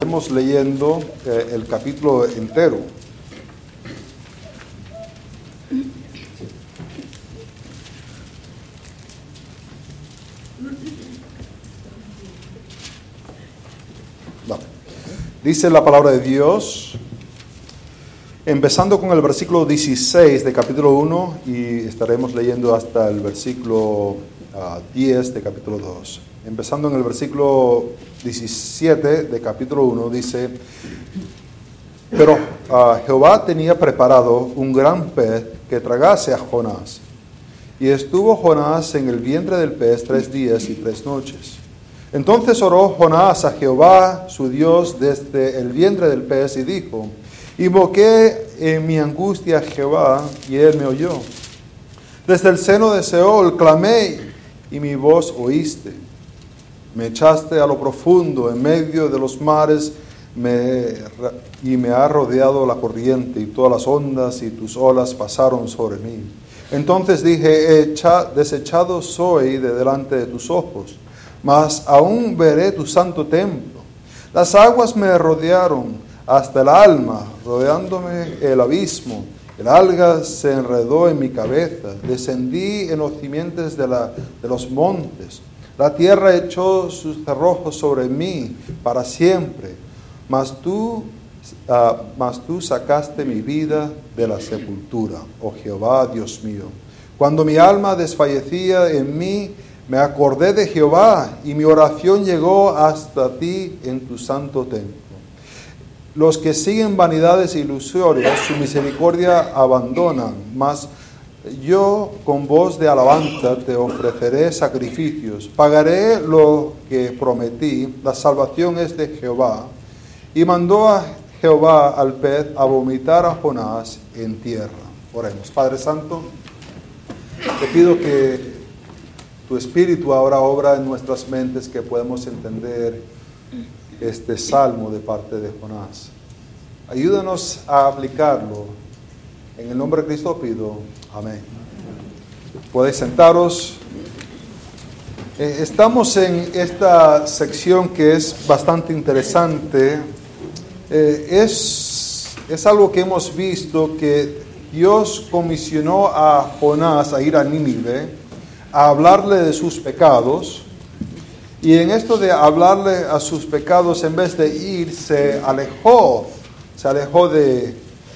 estaremos leyendo el capítulo entero. Vale. Dice la palabra de Dios, empezando con el versículo 16 de capítulo 1 y estaremos leyendo hasta el versículo 10 de capítulo 2. Empezando en el versículo 17 de capítulo 1 dice: pero Jehová tenía preparado un gran pez que tragase a Jonás. Y estuvo Jonás en el vientre del pez 3 días y 3 noches. Entonces oró Jonás a Jehová su Dios desde el vientre del pez y dijo: invoqué en mi angustia a Jehová y él me oyó. Desde el seno de Seol clamé y mi voz oíste. Me echaste a lo profundo, en medio de los mares, y me ha rodeado la corriente y todas las ondas y tus olas pasaron sobre mí. Entonces dije: desechado soy de delante de tus ojos, mas aún veré tu santo templo. Las aguas me rodearon hasta el alma, rodeándome el abismo. El alga se enredó en mi cabeza, descendí en los cimientos de los montes. La tierra echó sus cerrojos sobre mí para siempre, mas tú sacaste mi vida de la sepultura, oh Jehová, Dios mío. Cuando mi alma desfallecía en mí, me acordé de Jehová, y mi oración llegó hasta ti en tu santo templo. Los que siguen vanidades e ilusorias, su misericordia abandonan, mas yo con voz de alabanza te ofreceré sacrificios, pagaré lo que prometí, la salvación es de Jehová. Y mandó a Jehová al pez a vomitar a Jonás en tierra. Oremos. Padre Santo, te pido que tu Espíritu ahora obra en nuestras mentes, que podamos entender este salmo de parte de Jonás. Ayúdanos a aplicarlo. En el nombre de Cristo pido. Amén. Podéis sentaros. Estamos en esta sección que es bastante interesante. Es algo que hemos visto, que Dios comisionó a Jonás a ir a Nínive a hablarle de sus pecados. Y en esto de hablarle a sus pecados, en vez de ir, se alejó de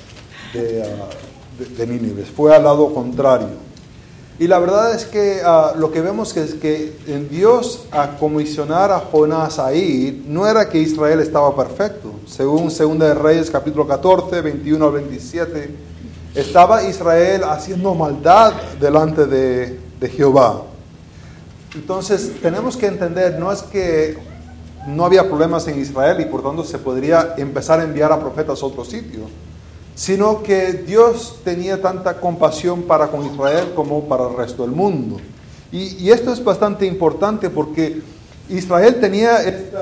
Nínive, fue al lado contrario. Y la verdad es que lo que vemos es que en Dios a comisionar a Jonás a ir, no era que Israel estaba perfecto. Según 2 de Reyes capítulo 14, 21 al 27, estaba Israel haciendo maldad delante de Jehová. Entonces tenemos que entender, no es que no había problemas en Israel y por tanto se podría empezar a enviar a profetas a otro sitio, sino que Dios tenía tanta compasión para con Israel como para el resto del mundo. Y esto es bastante importante porque Israel tenía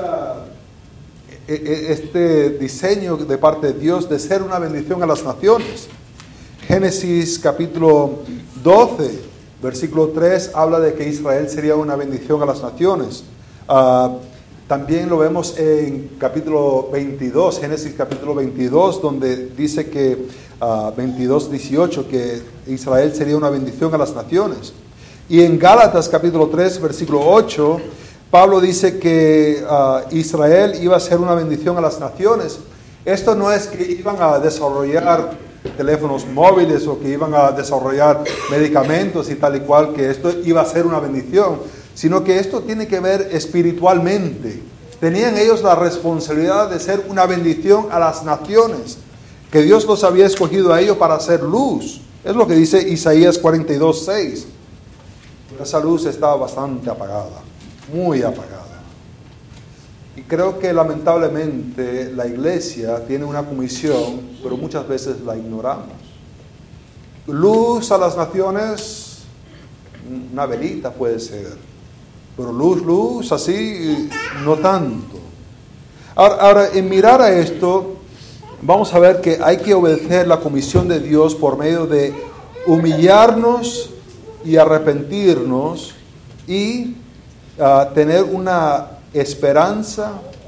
este diseño de parte de Dios de ser una bendición a las naciones. Génesis capítulo 12, versículo 3 habla de que Israel sería una bendición a las naciones. También lo vemos en capítulo 22, Génesis capítulo 22, donde dice que 22:18, que Israel sería una bendición a las naciones. Y en Gálatas capítulo 3, versículo 8, Pablo dice que Israel iba a ser una bendición a las naciones. Esto no es que iban a desarrollar teléfonos móviles o que iban a desarrollar medicamentos y tal y cual, que esto iba a ser una bendición, sino que esto tiene que ver espiritualmente. Tenían ellos la responsabilidad de ser una bendición a las naciones, que Dios los había escogido a ellos para hacer luz. Es lo que dice Isaías 42:6. Esa luz estaba bastante apagada, muy apagada. Y creo que lamentablemente la iglesia tiene una comisión, pero muchas veces la ignoramos. Luz a las naciones, una velita puede ser, pero luz así, no tanto. Ahora, en mirar a esto, vamos a ver que hay que obedecer la comisión de Dios por medio de humillarnos y arrepentirnos y tener una esperanza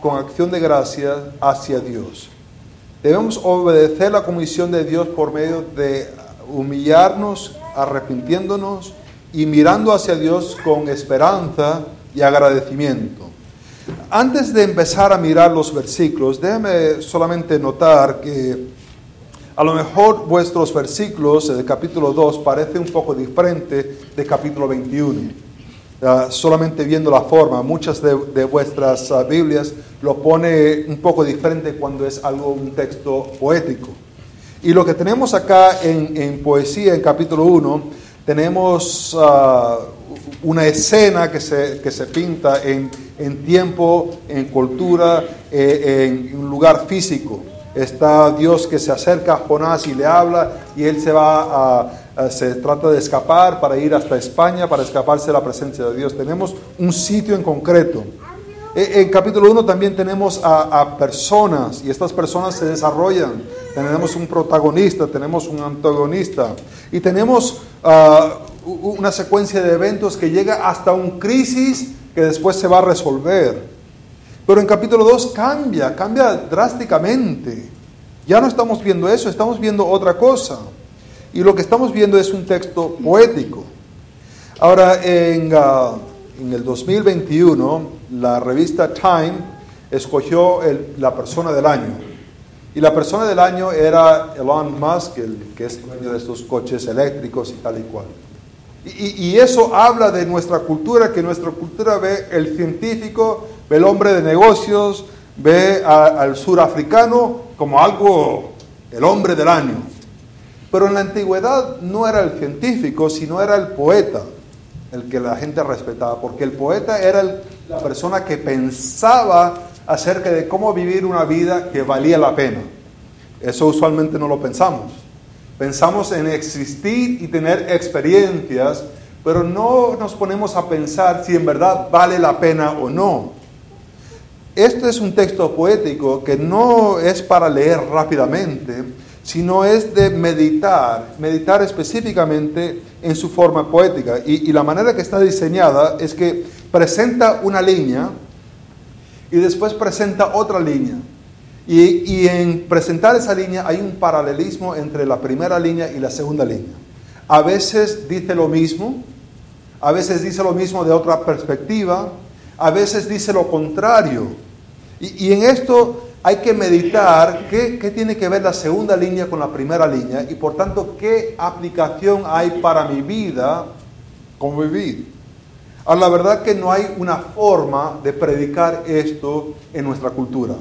con acción de gracias hacia Dios. Debemos obedecer la comisión de Dios por medio de humillarnos, arrepintiéndonos y mirando hacia Dios con esperanza y agradecimiento. Antes de empezar a mirar los versículos, déjame solamente notar que a lo mejor vuestros versículos del capítulo 2 parecen un poco diferentes del capítulo 21. Solamente viendo la forma, muchas de vuestras Biblias lo pone un poco diferente cuando es un texto poético. Y lo que tenemos acá en poesía, en capítulo 1, tenemos una escena que se pinta en tiempo, en cultura, en un lugar físico. Está Dios que se acerca a Jonás y le habla, y él se trata de escapar para ir hasta España, para escaparse de la presencia de Dios. Tenemos un sitio en concreto. En capítulo 1 también tenemos a personas, y estas personas se desarrollan. Tenemos un protagonista, tenemos un antagonista, y tenemos una secuencia de eventos que llega hasta un crisis que después se va a resolver. Pero en capítulo 2 cambia drásticamente. Ya no estamos viendo eso, estamos viendo otra cosa. Y lo que estamos viendo es un texto poético. Ahora, en el 2021, la revista Time escogió la persona del año. Y la persona del año era Elon Musk, que es dueño de estos coches eléctricos y tal y cual. Y eso habla de nuestra cultura, que nuestra cultura ve el científico, ve el hombre de negocios, ve al surafricano como el hombre del año. Pero en la antigüedad no era el científico, sino era el poeta el que la gente respetaba, porque el poeta era la persona que pensaba acerca de cómo vivir una vida que valía la pena. Eso usualmente no lo pensamos. Pensamos en existir y tener experiencias, pero no nos ponemos a pensar si en verdad vale la pena o no. Este es un texto poético que no es para leer rápidamente, sino es de meditar específicamente en su forma poética. Y la manera que está diseñada es que presenta una línea y después presenta otra línea. Y en presentar esa línea hay un paralelismo entre la primera línea y la segunda línea. A veces dice lo mismo, a veces dice lo mismo de otra perspectiva, a veces dice lo contrario. Y en esto hay que meditar qué tiene que ver la segunda línea con la primera línea y por tanto qué aplicación hay para mi vida como vivir. Ahora, la verdad que no hay una forma de predicar esto en nuestra cultura.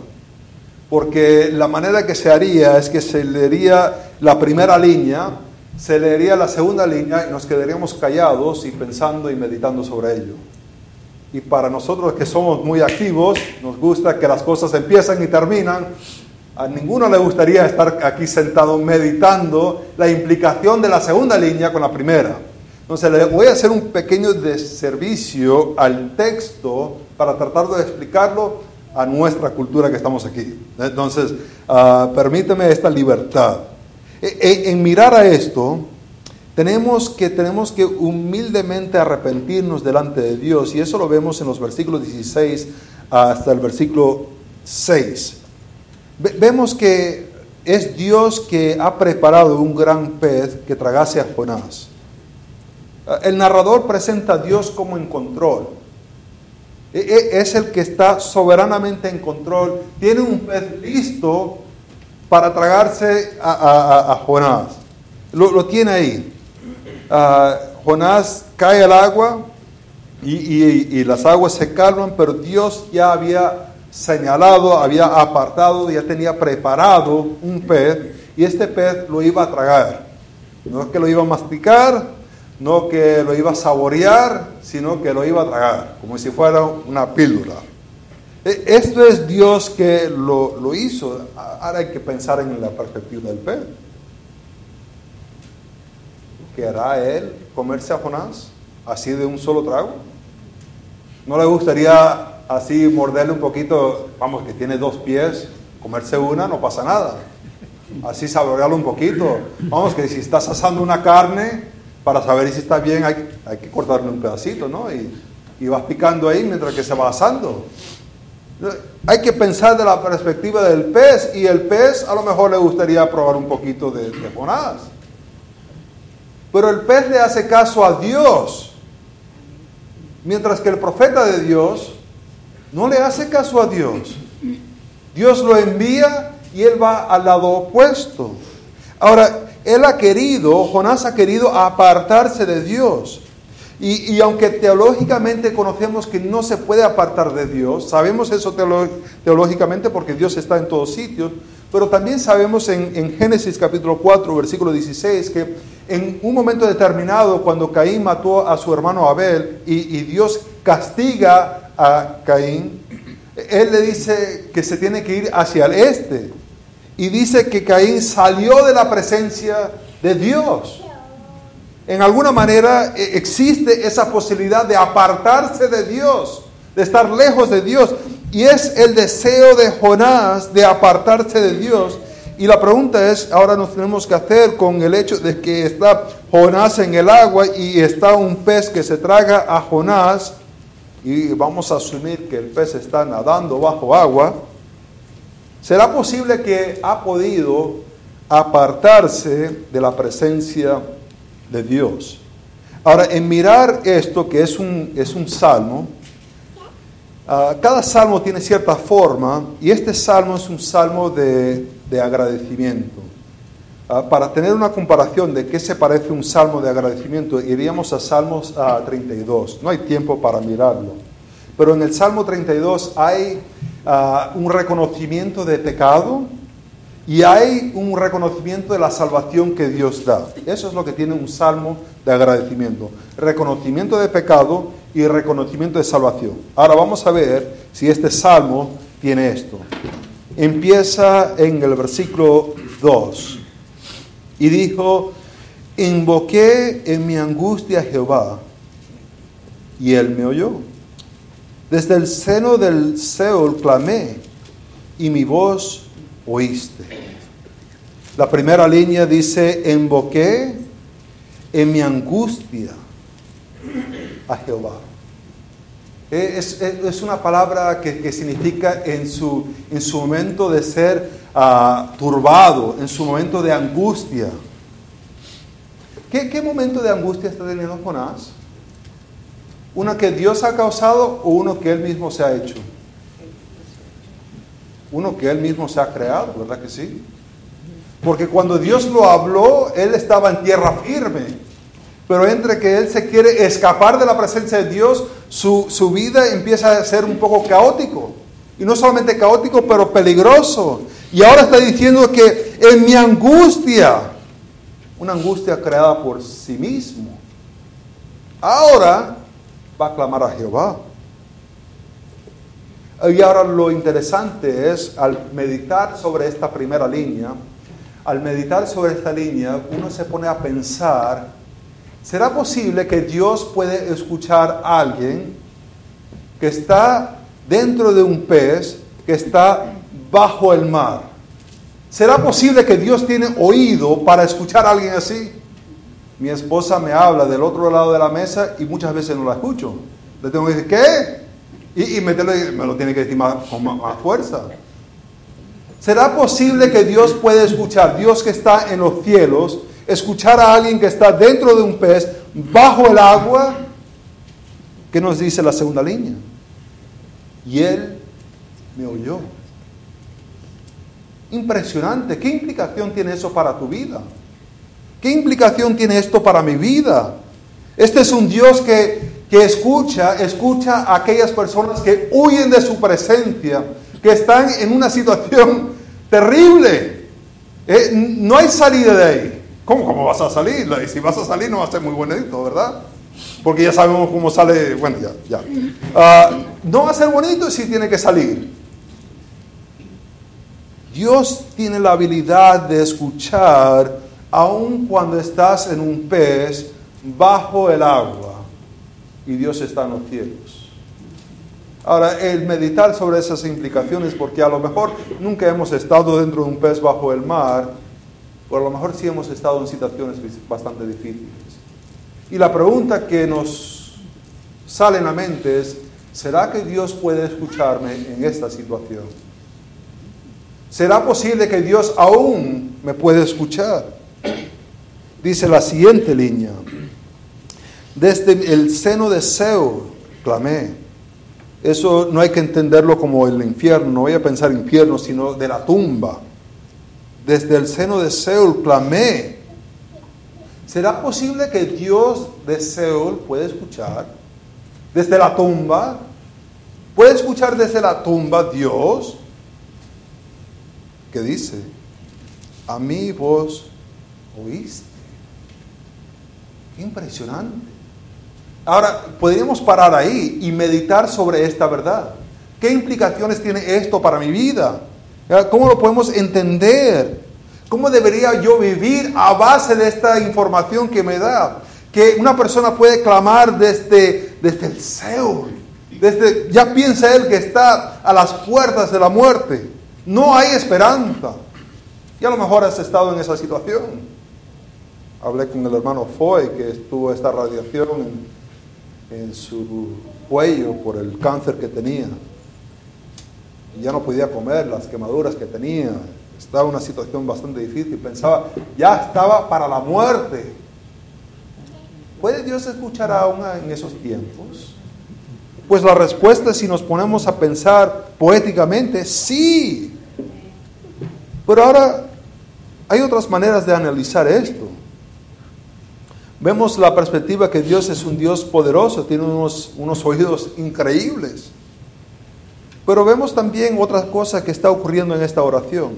Porque la manera que se haría es que se leería la primera línea, se leería la segunda línea y nos quedaríamos callados y pensando y meditando sobre ello. Y para nosotros que somos muy activos, nos gusta que las cosas empiezan y terminan. A ninguno le gustaría estar aquí sentado meditando la implicación de la segunda línea con la primera. Entonces le voy a hacer un pequeño deservicio al texto para tratar de explicarlo a nuestra cultura que estamos aquí. Entonces, permíteme esta libertad. En mirar a esto, tenemos que humildemente arrepentirnos delante de Dios, y eso lo vemos en los versículos 16 hasta el versículo 6. Vemos que es Dios que ha preparado un gran pez que tragase a Jonás. El narrador presenta a Dios como en control. Es el que está soberanamente en control. Tiene un pez listo para tragarse a Jonás. Lo tiene ahí. Jonás cae al agua y las aguas se calman, pero Dios ya había señalado, había apartado, ya tenía preparado un pez, y este pez lo iba a tragar. No es que lo iba a masticar, no que lo iba a saborear, sino que lo iba a tragar, como si fuera una píldora. Esto es Dios que lo hizo. Ahora hay que pensar en la perspectiva del pez. ¿Querrá él comerse a Jonás así de un solo trago? ¿No le gustaría así morderle un poquito? Vamos, que tiene 2 pies, comerse una no pasa nada. Así saborearlo un poquito. Vamos, que si estás asando una carne, para saber si está bien hay que cortarle un pedacito, ¿no? Y vas picando ahí mientras que se va asando. Hay que pensar de la perspectiva del pez, y el pez a lo mejor le gustaría probar un poquito de Jonás. Pero el pez le hace caso a Dios, mientras que el profeta de Dios no le hace caso a Dios. Dios lo envía y él va al lado opuesto. Ahora, Jonás ha querido apartarse de Dios. Y aunque teológicamente conocemos que no se puede apartar de Dios, sabemos eso teológicamente porque Dios está en todos sitios, pero también sabemos en Génesis capítulo 4, versículo 16, que en un momento determinado, cuando Caín mató a su hermano Abel y Dios castiga a Caín, él le dice que se tiene que ir hacia el este. Y dice que Caín salió de la presencia de Dios. En alguna manera existe esa posibilidad de apartarse de Dios, de estar lejos de Dios. Y es el deseo de Jonás de apartarse de Dios. Y la pregunta es, ahora nos tenemos que hacer con el hecho de que está Jonás en el agua y está un pez que se traga a Jonás. Y vamos a asumir que el pez está nadando bajo agua. ¿Será posible que ha podido apartarse de la presencia de Dios? Ahora, en mirar esto, que es un salmo, cada salmo tiene cierta forma, y este salmo es un salmo de agradecimiento. Para tener una comparación de qué se parece un salmo de agradecimiento, iríamos a Salmos 32. No hay tiempo para mirarlo. Pero en el Salmo 32 hay un reconocimiento de pecado y hay un reconocimiento de la salvación que Dios da. Eso es lo que tiene un salmo de agradecimiento. Reconocimiento de pecado y reconocimiento de salvación. Ahora vamos a ver si este salmo tiene esto. Empieza en el versículo 2. Y dijo: invoqué en mi angustia a Jehová, y él me oyó. Desde el seno del Seol clamé, y mi voz oíste. La primera línea dice: invoqué en mi angustia a Jehová. Es una palabra que significa en su momento de ser turbado, en su momento de angustia. ¿Qué momento de angustia está teniendo Jonás? ¿Uno que Dios ha causado o uno que él mismo se ha hecho? Uno que él mismo se ha creado, ¿verdad que sí? Porque cuando Dios lo habló, él estaba en tierra firme. Pero entre que él se quiere escapar de la presencia de Dios, su vida empieza a ser un poco caótico. Y no solamente caótico, pero peligroso. Y ahora está diciendo que en mi angustia, una angustia creada por sí mismo, ahora va a clamar a Jehová. Y ahora lo interesante es, al meditar sobre esta primera línea, uno se pone a pensar: ¿será posible que Dios puede escuchar a alguien que está dentro de un pez, que está bajo el mar? ¿Será posible que Dios tiene oído para escuchar a alguien así? Mi esposa me habla del otro lado de la mesa y muchas veces no la escucho. Le tengo que decir: ¿qué? Y me lo tiene que decir con más fuerza. ¿Será posible que Dios puede escuchar, Dios que está en los cielos, escuchar a alguien que está dentro de un pez, bajo el agua? ¿Qué nos dice la segunda línea? Y él me oyó. Impresionante. ¿Qué implicación tiene eso para tu vida? ¿Qué implicación tiene esto para mi vida? Este es un Dios que escucha a aquellas personas que huyen de su presencia, que están en una situación terrible. No hay salida de ahí. ¿Cómo vas a salir? Y si vas a salir no va a ser muy bonito, ¿verdad? Porque ya sabemos cómo sale. Bueno, ya. No va a ser bonito si tiene que salir. Dios tiene la habilidad de escuchar aun cuando estás en un pez bajo el agua y Dios está en los cielos. Ahora, el meditar sobre esas implicaciones, porque a lo mejor nunca hemos estado dentro de un pez bajo el mar, pero a lo mejor sí hemos estado en situaciones bastante difíciles. Y la pregunta que nos sale en la mente es: ¿será que Dios puede escucharme en esta situación? ¿Será posible que Dios aún me puede escuchar? Dice la siguiente línea: desde el seno de Seol clamé. Eso no hay que entenderlo como el infierno, no voy a pensar infierno, sino de la tumba. Desde el seno de Seol clamé. ¿Será posible que Dios de Seol puede escuchar desde la tumba? ¿Puede escuchar desde la tumba Dios? ¿Qué dice? A mí vos oíste. Qué impresionante. Ahora, podríamos parar ahí y meditar sobre esta verdad. ¿Qué implicaciones tiene esto para mi vida? ¿Cómo lo podemos entender? ¿Cómo debería yo vivir a base de esta información que me da? Que una persona puede clamar desde el Seol. Ya piensa él que está a las puertas de la muerte. No hay esperanza. Y a lo mejor has estado en esa situación. Hablé con el hermano Foy, que tuvo esta radiación en su cuello por el cáncer que tenía. Y ya no podía comer, las quemaduras que tenía. Estaba en una situación bastante difícil. Pensaba, ya estaba para la muerte. ¿Puede Dios escuchar aún en esos tiempos? Pues la respuesta, si nos ponemos a pensar poéticamente, sí. Pero ahora hay otras maneras de analizar esto. Vemos la perspectiva que Dios es un Dios poderoso, tiene unos oídos increíbles. Pero vemos también otra cosa que está ocurriendo en esta oración.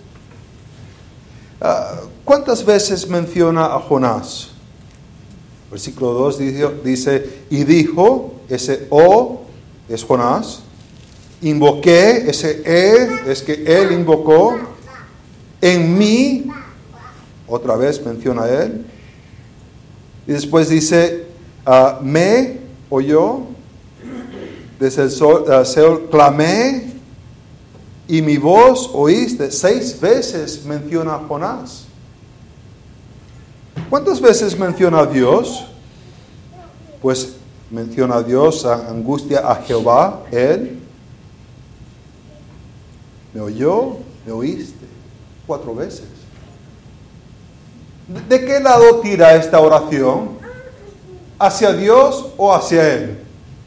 ¿Cuántas veces menciona a Jonás? Versículo 2 dice, y dijo, ese O es Jonás. Invoqué, ese E es que él invocó. En mí, otra vez menciona a él. Y después dice, me oyó. Desde el Seol clamé y mi voz oíste. 6 veces menciona a Jonás. ¿Cuántas veces menciona a Dios? Pues menciona a Dios, a angustia, a Jehová, él. Me oyó, me oíste. 4 veces. ¿De qué lado tira esta oración? ¿Hacia Dios o hacia él?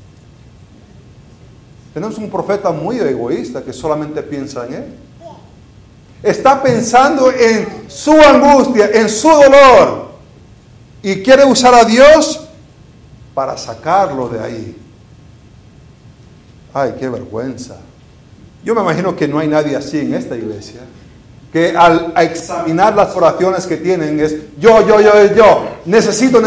Tenemos un profeta muy egoísta que solamente piensa en él. Está pensando en su angustia, en su dolor. Y quiere usar a Dios para sacarlo de ahí. Ay, qué vergüenza. Yo me imagino que no hay nadie así en esta iglesia. Que al examinar las oraciones que tienen es yo. Necesito.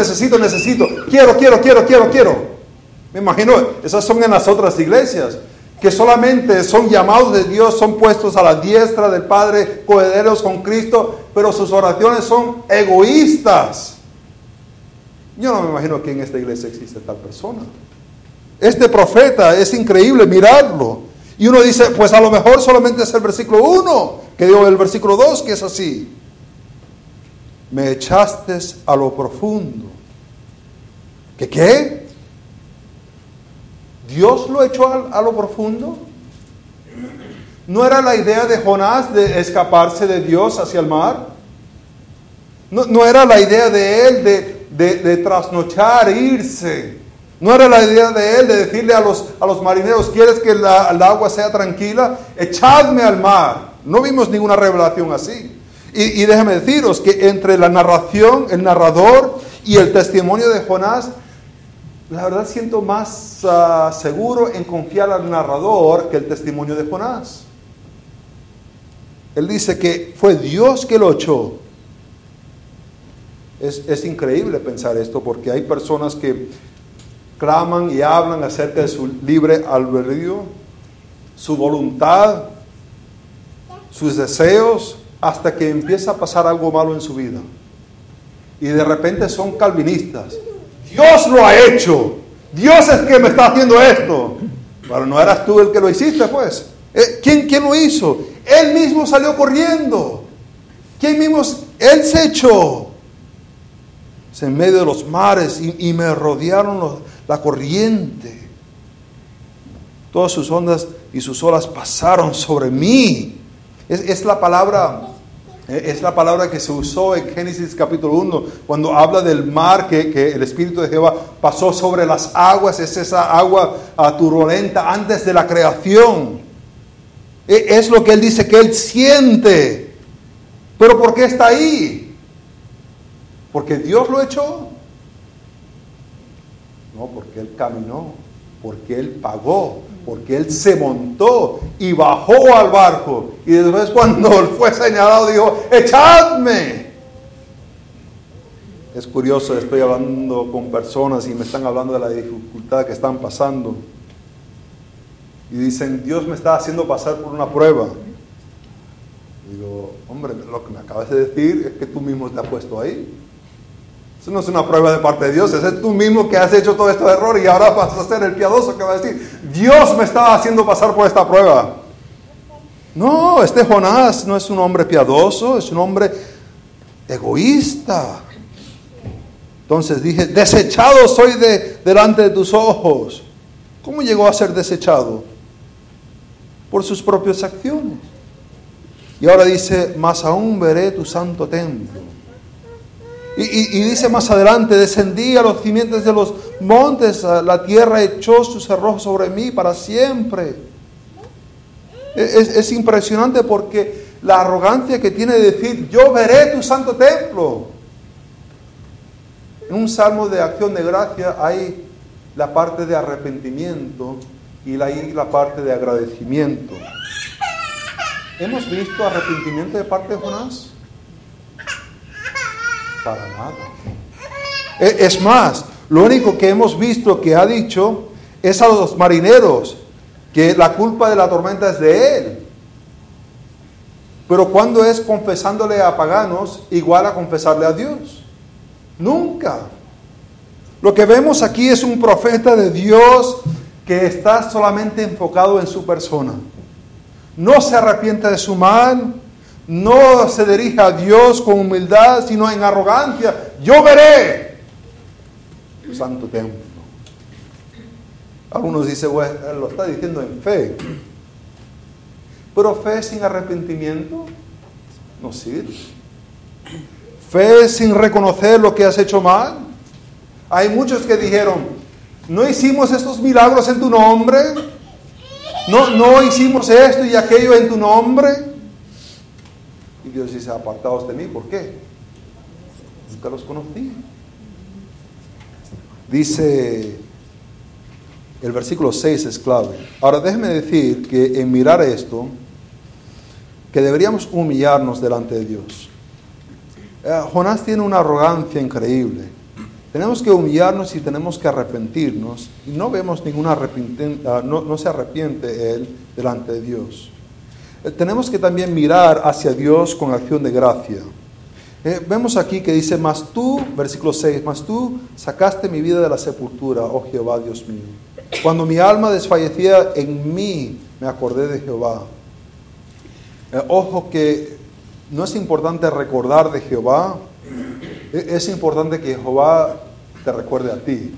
Quiero. Me imagino, esas son en las otras iglesias, que solamente son llamados de Dios, son puestos a la diestra del Padre, coherederos con Cristo, pero sus oraciones son egoístas. Yo no me imagino que en esta iglesia existe tal persona. Este profeta es increíble mirarlo. Y uno dice, pues a lo mejor solamente es el versículo 1, que digo el versículo 2, que es así. Me echaste a lo profundo. ¿Qué? ¿Dios lo echó a lo profundo? ¿No era la idea de Jonás de escaparse de Dios hacia el mar? ¿No era la idea de él de trasnochar, irse? ¿No era la idea de él de decirle a los marineros, ¿quieres que el agua sea tranquila? Echadme al mar. No vimos ninguna revelación así. Y déjame deciros que entre la narración, el narrador y el testimonio de Jonás, la verdad siento más seguro en confiar al narrador que el testimonio de Jonás. Él dice que fue Dios que lo echó. Es increíble pensar esto, porque hay personas que claman y hablan acerca de su libre albedrío, su voluntad, sus deseos, hasta que empieza a pasar algo malo en su vida. Y de repente son calvinistas. Dios lo ha hecho. Dios es que me está haciendo esto. Pero no eras tú el que lo hiciste, pues. ¿Quién lo hizo? Él mismo salió corriendo. Él se echó en medio de los mares y me rodearon la corriente. todas sus ondas y sus olas pasaron sobre mí. Es la palabra que se usó en Génesis capítulo 1, cuando habla del mar que el Espíritu de Jehová pasó sobre las aguas. Es esa agua turbulenta antes de la creación. Es lo que Él dice que Él siente. ¿Pero por qué está ahí? ¿Porque Dios lo echó? No, porque Él caminó, porque Él pagó, porque Él se montó y bajó al barco. Y después, cuando fue señalado, dijo: ¡echadme! Es curioso, estoy hablando con personas y me están hablando de la dificultad que están pasando. Y dicen: Dios me está haciendo pasar por una prueba. Digo: hombre, lo que me acabas de decir es que tú mismo te has puesto ahí. Eso no es una prueba de parte de Dios, es tú mismo que has hecho todo este error y ahora vas a ser el piadoso que va a decir: Dios me está haciendo pasar por esta prueba. No, este Jonás no es un hombre piadoso, es un hombre egoísta. Entonces dije: desechado soy delante de tus ojos. ¿Cómo llegó a ser desechado? Por sus propias acciones. Y ahora dice: mas aún veré tu santo templo. Y dice más adelante: descendí a los cimientos de los montes, la tierra echó sus cerrojos sobre mí para siempre. Es impresionante, porque la arrogancia que tiene de decir: yo veré tu santo templo. En un salmo de acción de gracia hay la parte de arrepentimiento y la parte de agradecimiento. ¿Hemos visto arrepentimiento de parte de Jonás? Para nada. Es más, lo único que hemos visto que ha dicho es a los marineros que la culpa de la tormenta es de él. Pero cuando es confesándole a paganos, igual a confesarle a Dios. Nunca. Lo que vemos aquí es un profeta de Dios que está solamente enfocado en su persona. No se arrepiente de su mal. No se dirige a Dios con humildad, sino en arrogancia. Yo veré tu santo templo. Algunos dicen: bueno, él lo está diciendo en fe. Pero fe sin arrepentimiento no sirve. Fe sin reconocer lo que has hecho mal. Hay muchos que dijeron: no hicimos estos milagros en tu nombre. No hicimos esto y aquello en tu nombre. Y Dios dice: apartaos de mí. ¿Por qué? Nunca los conocí. Dice el versículo 6, es clave. Ahora déjeme decir que en mirar esto, que deberíamos humillarnos delante de Dios. Jonás tiene una arrogancia increíble. Tenemos que humillarnos y tenemos que arrepentirnos. Y no vemos ninguna arrepentimiento, no se arrepiente él delante de Dios. Tenemos que también mirar hacia Dios con acción de gracia. Vemos aquí que dice: mas tú, versículo 6, mas tú sacaste mi vida de la sepultura, oh Jehová Dios mío. Cuando mi alma desfallecía en mí, me acordé de Jehová. Ojo que no es importante recordar de Jehová, es importante que Jehová te recuerde a ti.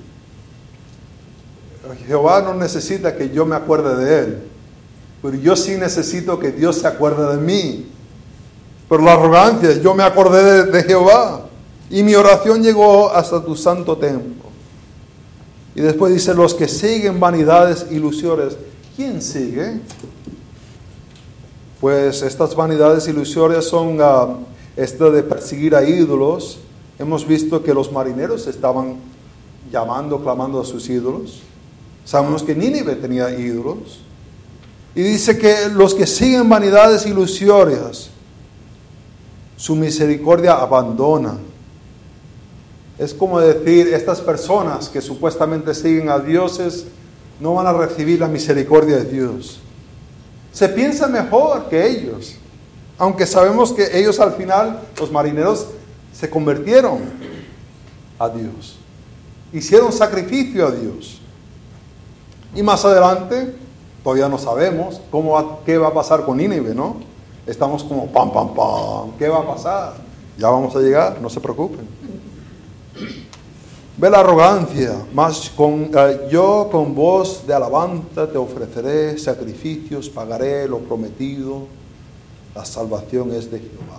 Jehová no necesita que yo me acuerde de él. Pero yo sí necesito que Dios se acuerde de mí. Pero la arrogancia: yo me acordé de Jehová. Y mi oración llegó hasta tu santo templo. Y después dice: los que siguen vanidades, ilusiones. ¿Quién sigue? Pues estas vanidades ilusorias son esto de perseguir a ídolos. Hemos visto que los marineros estaban clamando a sus ídolos. Sabemos que Nínive tenía ídolos. Y dice que los que siguen vanidades ilusorias, su misericordia abandona. Es como decir: estas personas que supuestamente siguen a dioses no van a recibir la misericordia de Dios. Se piensa mejor que ellos, aunque sabemos que ellos al final, los marineros, se convirtieron a Dios. Hicieron sacrificio a Dios. Y más adelante, todavía no sabemos qué va a pasar con Nínive, ¿no? Estamos como pam, pam, pam. ¿Qué va a pasar? Ya vamos a llegar, no se preocupen. Ve la arrogancia, mas yo con voz de alabanza te ofreceré sacrificios, pagaré lo prometido, la salvación es de Jehová.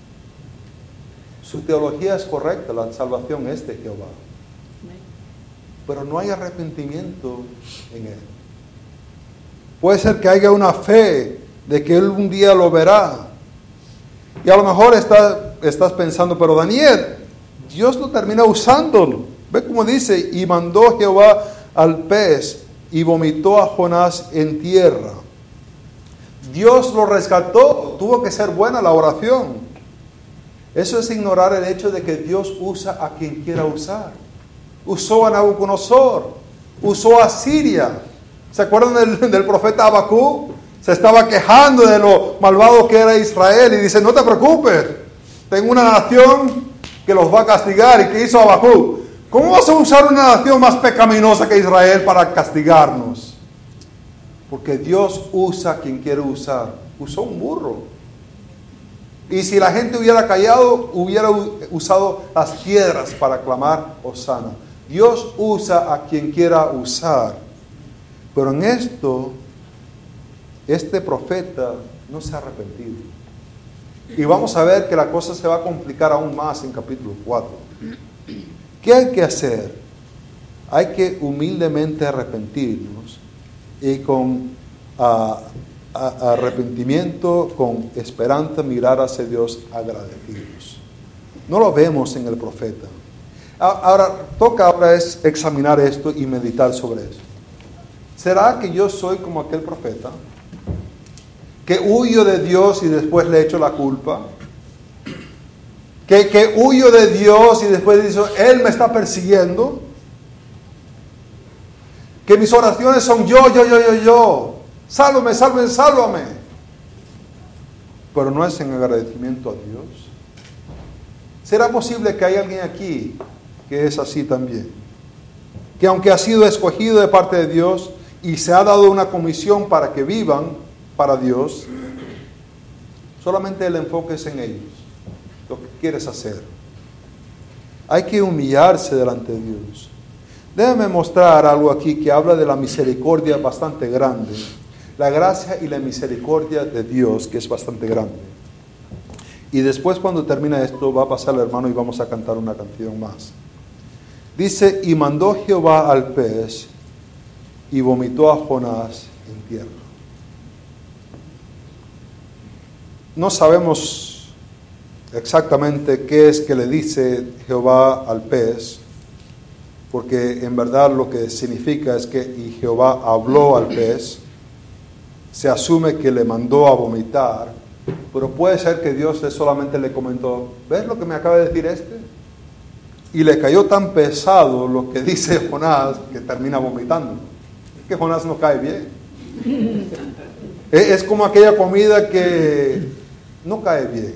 Su teología es correcta, la salvación es de Jehová. Pero no hay arrepentimiento en él. Puede ser que haya una fe de que él un día lo verá. Y a lo mejor estás pensando, pero Daniel, Dios lo termina usándolo. Ve cómo dice, y mandó Jehová al pez y vomitó a Jonás en tierra. Dios lo rescató, tuvo que ser buena la oración. Eso es ignorar el hecho de que Dios usa a quien quiera usar. Usó a Nabucodonosor, usó a Siria. ¿Se acuerdan del profeta Habacuc? Se estaba quejando de lo malvado que era Israel y dice, no te preocupes, tengo una nación que los va a castigar. ¿Y qué hizo Habacuc? ¿Cómo vas a usar una nación más pecaminosa que Israel para castigarnos? Porque Dios usa a quien quiere usar. Usó un burro. Y si la gente hubiera callado, hubiera usado las piedras para clamar Hosana. Dios usa a quien quiera usar. Pero en esto, este profeta no se ha arrepentido. Y vamos a ver que la cosa se va a complicar aún más en capítulo 4. ¿Qué hay que hacer? Hay que humildemente arrepentirnos y con arrepentimiento, con esperanza, mirar hacia Dios agradecidos. No lo vemos en el profeta. Toca ahora es examinar esto y meditar sobre eso. ¿Será que yo soy como aquel profeta? Que huyo de Dios y después le echo la culpa. Que huyo de Dios y después dice, Él me está persiguiendo. Que mis oraciones son yo. Sálvame. Pero no es en agradecimiento a Dios. ¿Será posible que haya alguien aquí que es así también? Que aunque ha sido escogido de parte de Dios y se ha dado una comisión para que vivan para Dios, solamente el enfoque es en ellos, lo que quieres hacer. Hay que humillarse delante de Dios. Déjame mostrar algo aquí que habla de la misericordia bastante grande, la gracia y la misericordia de Dios, que es bastante grande. Y después, cuando termina esto, va a pasar el hermano y vamos a cantar una canción más. Dice, y mandó Jehová al pez y vomitó a Jonás en tierra. No sabemos exactamente qué es que le dice Jehová al pez, porque en verdad lo que significa es que y Jehová habló al pez. Se asume que le mandó a vomitar, pero puede ser que Dios solamente le comentó, ¿ves lo que me acaba de decir este? Y le cayó tan pesado lo que dice Jonás que termina vomitando. Es que Jonás no cae bien. Es como aquella comida que no cae bien.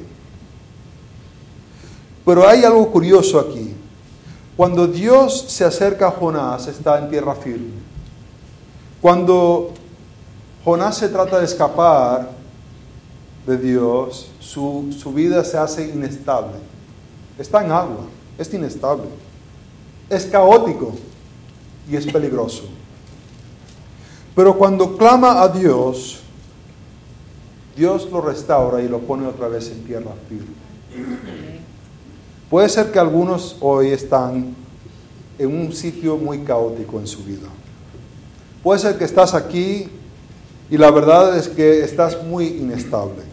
Pero hay algo curioso aquí. Cuando Dios se acerca a Jonás, está en tierra firme. Cuando Jonás se trata de escapar de Dios, su vida se hace inestable. Está en agua, es inestable. Es caótico y es peligroso. Pero cuando clama a Dios, Dios lo restaura y lo pone otra vez en tierra firme. Puede ser que algunos hoy están en un sitio muy caótico en su vida. Puede ser que estás aquí y la verdad es que estás muy inestable.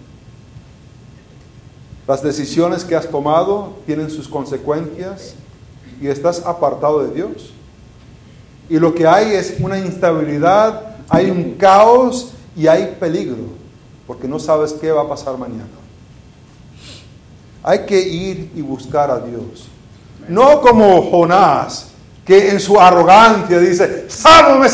Las decisiones que has tomado tienen sus consecuencias y estás apartado de Dios. Y lo que hay es una instabilidad, hay un caos y hay peligro, porque no sabes qué va a pasar mañana. Hay que ir y buscar a Dios. No como Jonás, que en su arrogancia dice, sálvame.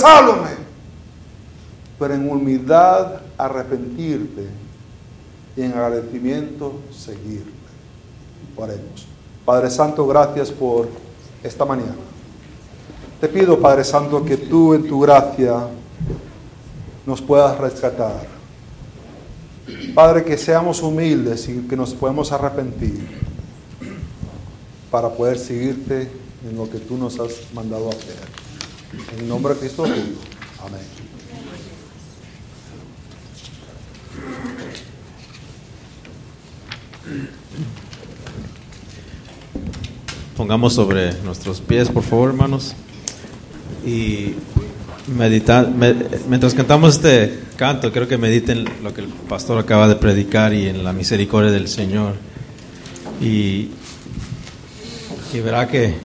Pero en humildad arrepentirte y en agradecimiento seguirle. Oremos. Padre Santo, gracias por esta mañana. Te pido, Padre Santo, que tú en tu gracia nos puedas rescatar. Padre, que seamos humildes y que nos podemos arrepentir para poder seguirte en lo que tú nos has mandado a hacer. En el nombre de Cristo lo digo. Amén. Pongamos sobre nuestros pies, por favor, hermanos, y mientras cantamos este canto, creo que mediten lo que el pastor acaba de predicar y en la misericordia del Señor, y verá que